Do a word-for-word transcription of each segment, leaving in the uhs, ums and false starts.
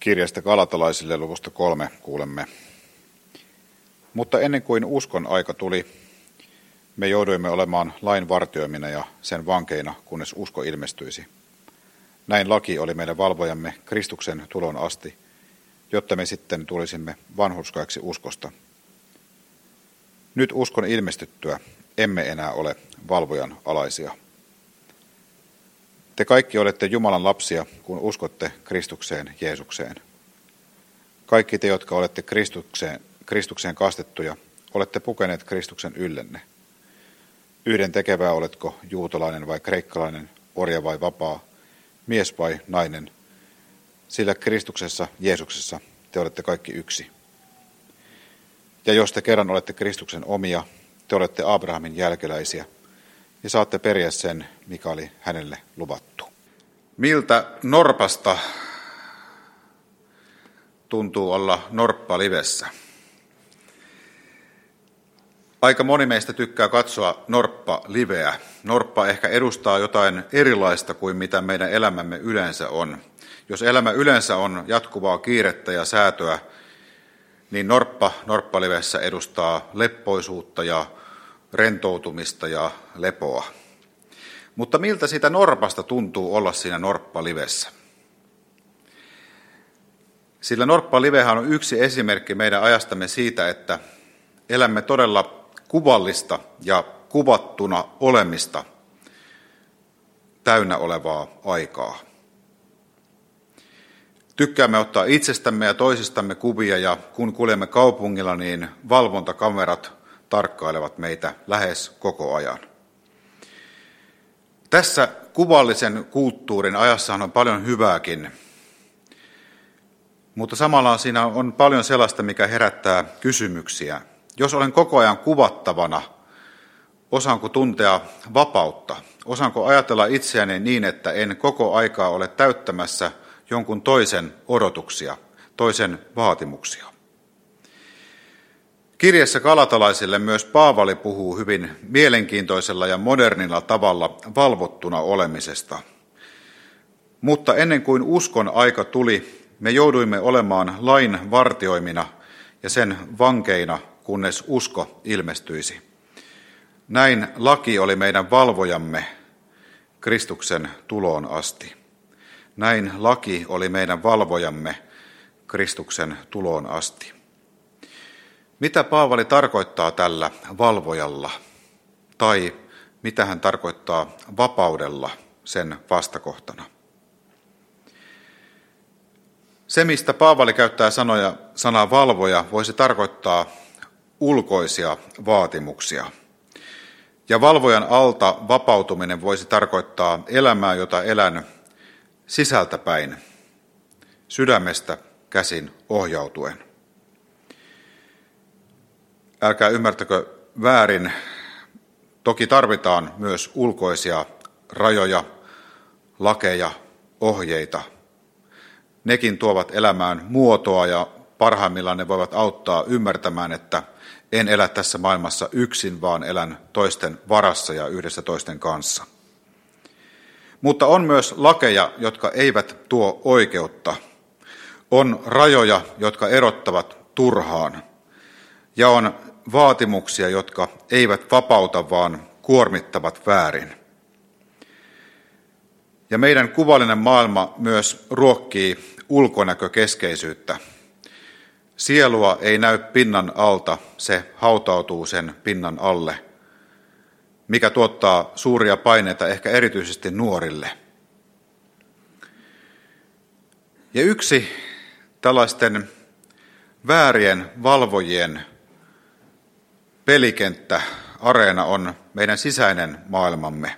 Kirjasta Galatalaisille luvusta kolme kuulemme. Mutta ennen kuin uskon aika tuli, me jouduimme olemaan lain vartioimina ja sen vankeina, kunnes usko ilmestyisi. Näin laki oli meidän valvojamme Kristuksen tulon asti, jotta me sitten tulisimme vanhurskaiksi uskosta. Nyt uskon ilmestyttyä emme enää ole valvojan alaisia. Te kaikki olette Jumalan lapsia, kun uskotte Kristukseen Jeesukseen. Kaikki te, jotka olette Kristukseen, Kristukseen kastettuja, olette pukeneet Kristuksen yllenne. Yhden tekevää oletko juutalainen vai kreikkalainen, orja vai vapaa, mies vai nainen, sillä Kristuksessa Jeesuksessa te olette kaikki yksi. Ja jos te kerran olette Kristuksen omia, te olette Abrahamin jälkeläisiä ja saatte periä sen, mikä oli hänelle luvattu. Miltä norpasta tuntuu olla norppa livessä? Aika moni meistä tykkää katsoa norppa-liveä. Norppa ehkä edustaa jotain erilaista kuin mitä meidän elämämme yleensä on. Jos elämä yleensä on jatkuvaa kiirettä ja säätöä, niin norppa norppalivessä edustaa leppoisuutta ja rentoutumista ja lepoa. Mutta miltä siitä norpasta tuntuu olla siinä norppalivessä? Sillä norppalivehän on yksi esimerkki meidän ajastamme siitä, että elämme todella kuvallista ja kuvattuna olemista täynnä olevaa aikaa. Tykkäämme ottaa itsestämme ja toisistamme kuvia, ja kun kuljemme kaupungilla, niin valvontakamerat tarkkailevat meitä lähes koko ajan. Tässä kuvallisen kulttuurin ajassahan on paljon hyvääkin, mutta samalla siinä on paljon sellaista, mikä herättää kysymyksiä. Jos olen koko ajan kuvattavana, osaanko tuntea vapautta? Osaanko ajatella itseäni niin, että en koko aikaa ole täyttämässä jonkun toisen odotuksia, toisen vaatimuksia? Kirjassa Galatalaisille myös Paavali puhuu hyvin mielenkiintoisella ja modernilla tavalla valvottuna olemisesta. Mutta ennen kuin uskon aika tuli, me jouduimme olemaan lain vartioimina ja sen vankeina, kunnes usko ilmestyisi. Näin laki oli meidän valvojamme Kristuksen tuloon asti. Näin laki oli meidän valvojamme Kristuksen tuloon asti. Mitä Paavali tarkoittaa tällä valvojalla? Tai mitä hän tarkoittaa vapaudella sen vastakohtana? Se, mistä Paavali käyttää sanoja, sanaa valvoja, voisi tarkoittaa ulkoisia vaatimuksia. Ja valvojan alta vapautuminen voisi tarkoittaa elämää, jota elän sisältäpäin, sydämestä käsin ohjautuen. Älkää ymmärtäkö väärin, toki tarvitaan myös ulkoisia rajoja, lakeja, ohjeita. Nekin tuovat elämään muotoa ja parhaimmillaan ne voivat auttaa ymmärtämään, että en elä tässä maailmassa yksin, vaan elän toisten varassa ja yhdessä toisten kanssa. Mutta on myös lakeja, jotka eivät tuo oikeutta. On rajoja, jotka erottavat turhaan. Ja on vaatimuksia, jotka eivät vapauta, vaan kuormittavat väärin. Ja meidän kuvallinen maailma myös ruokkii ulkonäkökeskeisyyttä. Sielua ei näy pinnan alta, se hautautuu sen pinnan alle, mikä tuottaa suuria paineita ehkä erityisesti nuorille. Ja yksi tällaisten väärien valvojien pelikenttä, areena on meidän sisäinen maailmamme.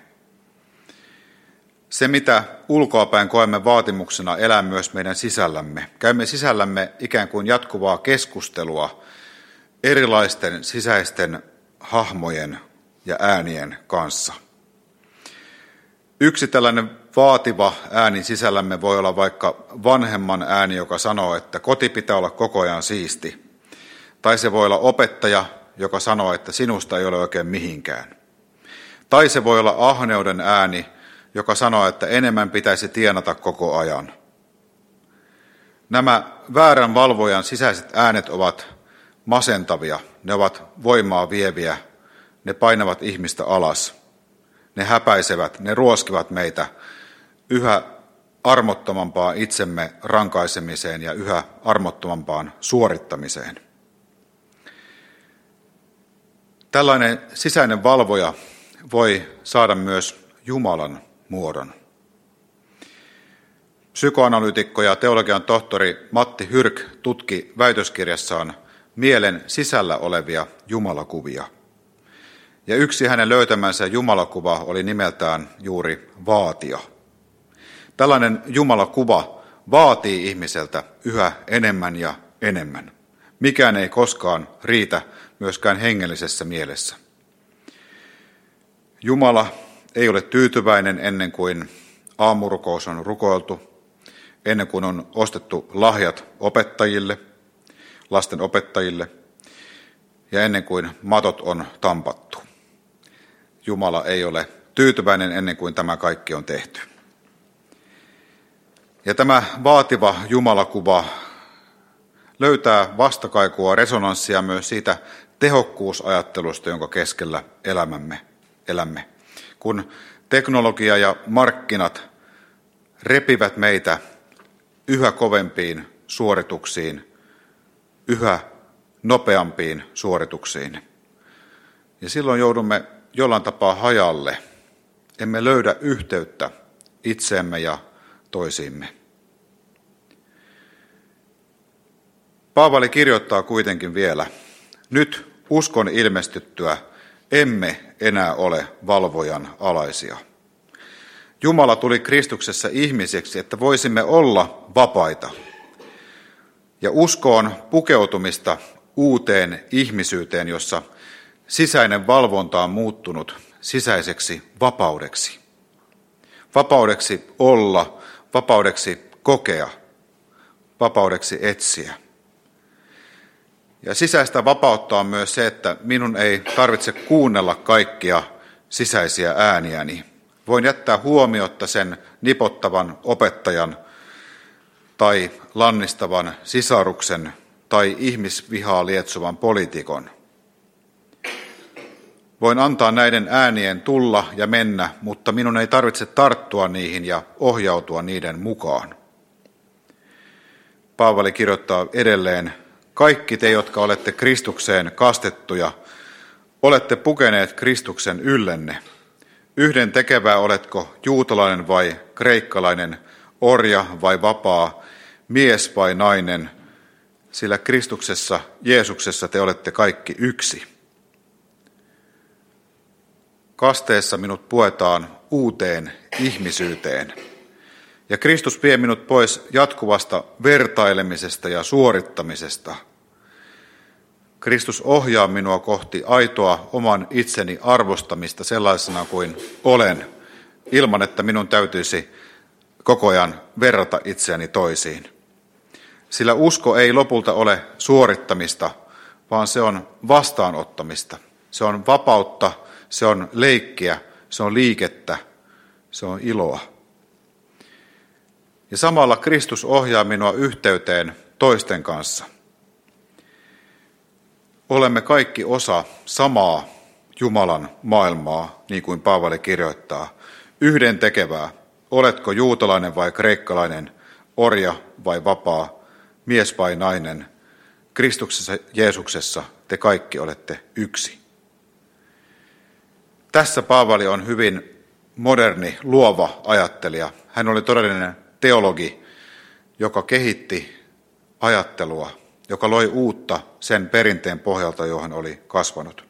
Se, mitä ulkoapäin koemme vaatimuksena, elää myös meidän sisällämme. Käymme sisällämme ikään kuin jatkuvaa keskustelua erilaisten sisäisten hahmojen ja äänien kanssa. Yksi tällainen vaativa ääni sisällämme voi olla vaikka vanhemman ääni, joka sanoo, että koti pitää olla koko ajan siisti. Tai se voi olla opettaja, joka sanoo, että sinusta ei ole oikein mihinkään. Tai se voi olla ahneuden ääni, joka sanoo, että enemmän pitäisi tienata koko ajan. Nämä väärän valvojan sisäiset äänet ovat masentavia, ne ovat voimaa vieviä, ne painavat ihmistä alas, ne häpäisevät, ne ruoskivat meitä yhä armottomampaan itsemme rankaisemiseen ja yhä armottomampaan suorittamiseen. Tällainen sisäinen valvoja voi saada myös Jumalan muodon. Psykoanalyytikko ja teologian tohtori Matti Hyrk tutki väitöskirjassaan mielen sisällä olevia jumalakuvia. Ja yksi hänen löytämänsä jumalakuva oli nimeltään juuri vaatio. Tällainen jumalakuva vaatii ihmiseltä yhä enemmän ja enemmän. Mikään ei koskaan riitä myöskään hengellisessä mielessä. Jumala ei ole tyytyväinen ennen kuin aamurukous on rukoiltu, ennen kuin on ostettu lahjat opettajille, lasten opettajille ja ennen kuin matot on tampattu. Jumala ei ole tyytyväinen ennen kuin tämä kaikki on tehty. Ja tämä vaativa jumalakuva löytää vastakaikua, resonanssia myös siitä tehokkuusajattelusta, jonka keskellä elämämme, elämme. Kun teknologia ja markkinat repivät meitä yhä kovempiin suorituksiin, yhä nopeampiin suorituksiin. Ja silloin joudumme jollain tapaa hajalle. Emme löydä yhteyttä itseemme ja toisiimme. Paavali kirjoittaa kuitenkin vielä, nyt uskon ilmestyttyä emme enää ole valvojan alaisia. Jumala tuli Kristuksessa ihmiseksi, että voisimme olla vapaita. Ja usko on pukeutumista uuteen ihmisyyteen, jossa sisäinen valvonta on muuttunut sisäiseksi vapaudeksi. Vapaudeksi olla, vapaudeksi kokea, vapaudeksi etsiä. Ja sisäistä vapautta on myös se, että minun ei tarvitse kuunnella kaikkia sisäisiä ääniäni. Voin jättää huomiotta sen nipottavan opettajan tai lannistavan sisaruksen tai ihmisvihaa lietsovan poliitikon. Voin antaa näiden äänien tulla ja mennä, mutta minun ei tarvitse tarttua niihin ja ohjautua niiden mukaan. Paavali kirjoittaa edelleen, kaikki te, jotka olette Kristukseen kastettuja, olette pukeneet Kristuksen yllenne. Yhden tekevää oletko juutalainen vai kreikkalainen, orja vai vapaa, mies vai nainen, sillä Kristuksessa, Jeesuksessa te olette kaikki yksi. Kasteessa minut puetaan uuteen ihmisyyteen. Ja Kristus vie minut pois jatkuvasta vertailemisesta ja suorittamisesta. Kristus ohjaa minua kohti aitoa oman itseni arvostamista sellaisena kuin olen, ilman että minun täytyisi koko ajan verrata itseäni toisiin. Sillä usko ei lopulta ole suorittamista, vaan se on vastaanottamista. Se on vapautta, se on leikkiä, se on liikettä, se on iloa. Ja samalla Kristus ohjaa minua yhteyteen toisten kanssa. Olemme kaikki osa samaa Jumalan maailmaa, niin kuin Paavali kirjoittaa. Yhden tekevää, oletko juutalainen vai kreikkalainen, orja vai vapaa, mies vai nainen, Kristuksessa Jeesuksessa te kaikki olette yksi. Tässä Paavali on hyvin moderni, luova ajattelija. Hän oli todellinen teologi, joka kehitti ajattelua, joka loi uutta sen perinteen pohjalta, johon oli kasvanut.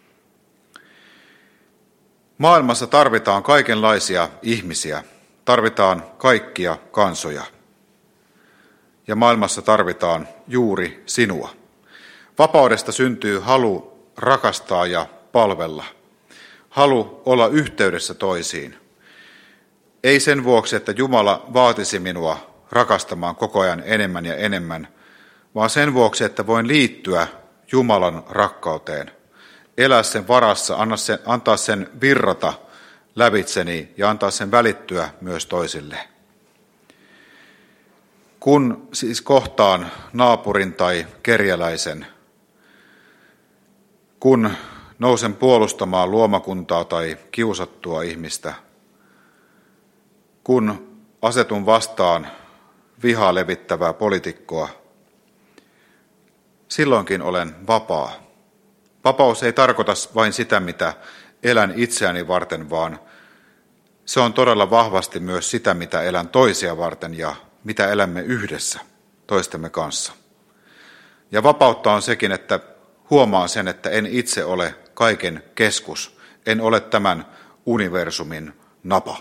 Maailmassa tarvitaan kaikenlaisia ihmisiä, tarvitaan kaikkia kansoja. Ja maailmassa tarvitaan juuri sinua. Vapaudesta syntyy halu rakastaa ja palvella. Halu olla yhteydessä toisiin. Ei sen vuoksi, että Jumala vaatisi minua rakastamaan koko ajan enemmän ja enemmän, vaan sen vuoksi, että voin liittyä Jumalan rakkauteen, elää sen varassa, antaa sen virrata lävitseni ja antaa sen välittyä myös toisille. Kun siis kohtaan naapurin tai kerjäläisen, kun nousen puolustamaan luomakuntaa tai kiusattua ihmistä, kun asetun vastaan vihaa levittävää poliitikkoa, silloinkin olen vapaa. Vapaus ei tarkoita vain sitä, mitä elän itseäni varten, vaan se on todella vahvasti myös sitä, mitä elän toisia varten ja mitä elämme yhdessä toistemme kanssa. Ja vapautta on sekin, että huomaan sen, että en itse ole kaiken keskus, en ole tämän universumin napa.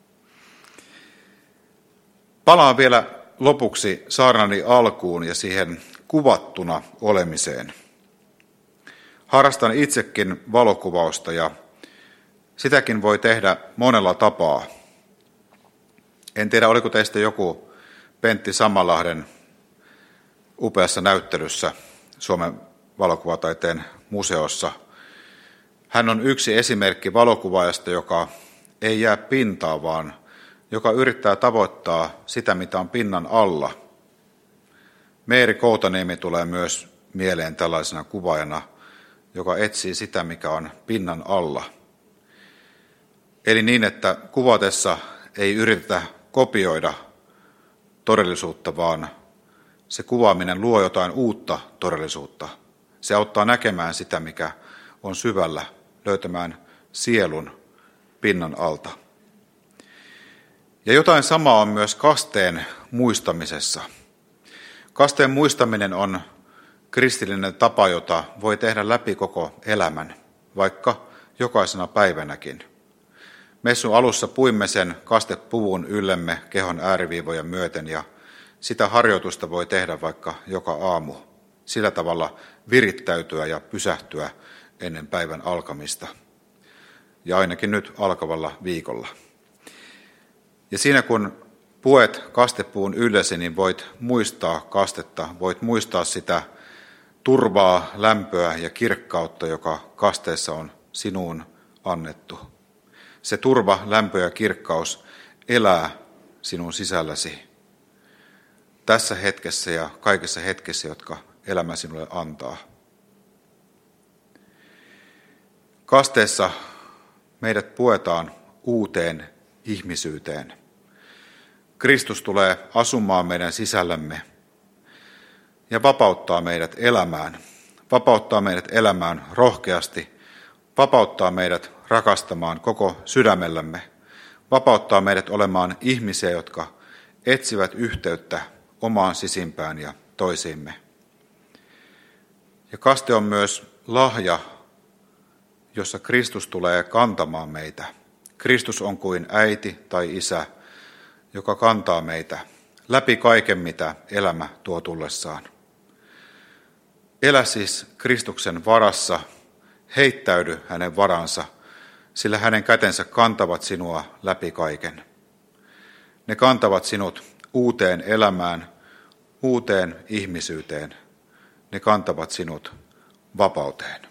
Palaan vielä lopuksi saarnani alkuun ja siihen kuvattuna olemiseen. Harrastan itsekin valokuvausta ja sitäkin voi tehdä monella tapaa. En tiedä, oliko teistä joku Pentti Sammallahden upeassa näyttelyssä Suomen valokuvataiteen museossa. Hän on yksi esimerkki valokuvaajasta, joka ei jää pintaan, vaan joka yrittää tavoittaa sitä, mitä on pinnan alla. Meeri Koutaniemi tulee myös mieleen tällaisena kuvaajana, joka etsii sitä, mikä on pinnan alla. Eli niin, että kuvatessa ei yritetä kopioida todellisuutta, vaan se kuvaaminen luo jotain uutta todellisuutta. Se auttaa näkemään sitä, mikä on syvällä, löytämään sielun pinnan alta. Ja jotain samaa on myös kasteen muistamisessa. Kasteen muistaminen on kristillinen tapa, jota voi tehdä läpi koko elämän, vaikka jokaisena päivänäkin. Messun alussa puimme sen kastepuvun yllemme kehon ääriviivoja myöten ja sitä harjoitusta voi tehdä vaikka joka aamu. Sillä tavalla virittäytyä ja pysähtyä ennen päivän alkamista. Ja ainakin nyt alkavalla viikolla. Ja siinä kun puet kastepuun yllesi, niin voit muistaa kastetta, voit muistaa sitä turvaa, lämpöä ja kirkkautta, joka kasteessa on sinuun annettu. Se turva, lämpö ja kirkkaus elää sinun sisälläsi tässä hetkessä ja kaikissa hetkissä, jotka elämä sinulle antaa. Kasteessa meidät puetaan uuteen ihmisyyteen. Kristus tulee asumaan meidän sisällämme ja vapauttaa meidät elämään. Vapauttaa meidät elämään rohkeasti. Vapauttaa meidät rakastamaan koko sydämellämme. Vapauttaa meidät olemaan ihmisiä, jotka etsivät yhteyttä omaan sisimpään ja toisiimme. Ja kaste on myös lahja, jossa Kristus tulee kantamaan meitä. Kristus on kuin äiti tai isä, joka kantaa meitä läpi kaiken, mitä elämä tuo tullessaan. Elä siis Kristuksen varassa, heittäydy hänen varansa, sillä hänen kätensä kantavat sinua läpi kaiken. Ne kantavat sinut uuteen elämään, uuteen ihmisyyteen. Ne kantavat sinut vapauteen.